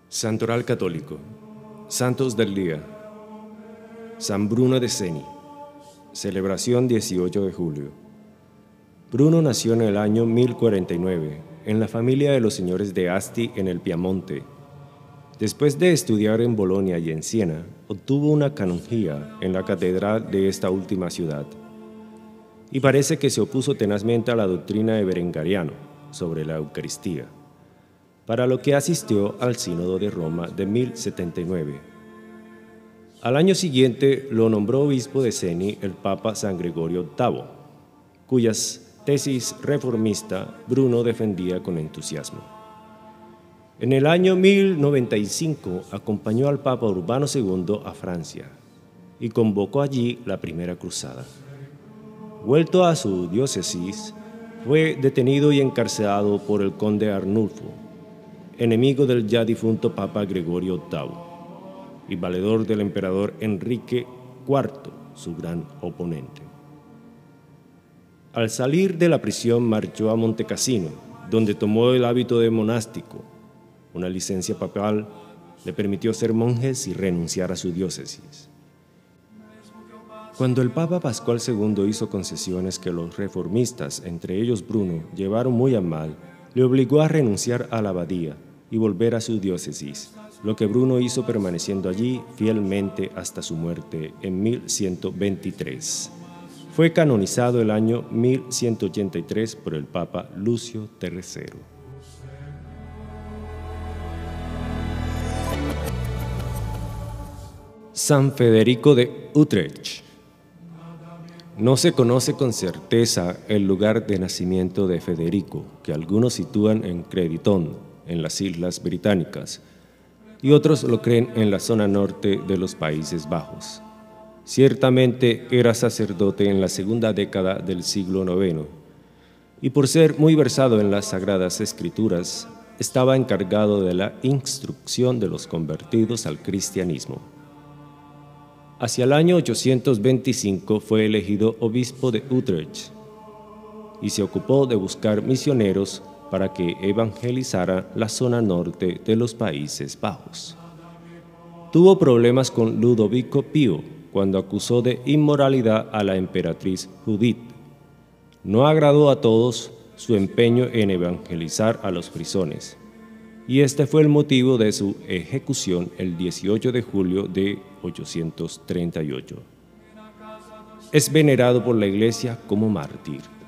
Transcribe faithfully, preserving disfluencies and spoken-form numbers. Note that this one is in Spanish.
Santoral católico. Santos del día. San Bruno de Ceni. Celebración dieciocho de julio. Bruno nació en el año mil cuarenta y nueve, en la familia de los señores de Asti en el Piamonte. Después de estudiar en Bolonia y en Siena, obtuvo una canonjía en la catedral de esta última ciudad. Y parece que se opuso tenazmente a la doctrina de Berengariano sobre la Eucaristía, para lo que asistió al Sínodo de Roma de mil setenta y nueve. Al año siguiente lo nombró obispo de Ceni el Papa San Gregorio octavo, cuyas tesis reformista Bruno defendía con entusiasmo. En el año mil noventa y cinco acompañó al Papa Urbano segundo a Francia y convocó allí la primera cruzada. Vuelto a su diócesis, fue detenido y encarcelado por el conde Arnulfo, enemigo del ya difunto Papa Gregorio octavo y valedor del emperador Enrique cuarto, su gran oponente. Al salir de la prisión marchó a Montecassino, donde tomó el hábito de monástico. Una licencia papal le permitió ser monje sin renunciar a su diócesis. Cuando el Papa Pascual segundo hizo concesiones que los reformistas, entre ellos Bruno, llevaron muy a mal, le obligó a renunciar a la abadía y volver a su diócesis, lo que Bruno hizo permaneciendo allí fielmente hasta su muerte en mil ciento veintitrés. Fue canonizado el año mil ciento ochenta y tres por el Papa Lucio tercero. San Federico de Utrecht. No se conoce con certeza el lugar de nacimiento de Federico, que algunos sitúan en Crediton, en las Islas Británicas, y otros lo creen en la zona norte de los Países Bajos. Ciertamente era sacerdote en la segunda década del siglo noveno, y por ser muy versado en las Sagradas Escrituras, estaba encargado de la instrucción de los convertidos al cristianismo. Hacia el año ochocientos veinticinco fue elegido obispo de Utrecht y se ocupó de buscar misioneros para que evangelizara la zona norte de los Países Bajos. Tuvo problemas con Ludovico Pío cuando acusó de inmoralidad a la emperatriz Judith. No agradó a todos su empeño en evangelizar a los frisones, y este fue el motivo de su ejecución el dieciocho de julio de ochocientos treinta y ocho. Es venerado por la Iglesia como mártir.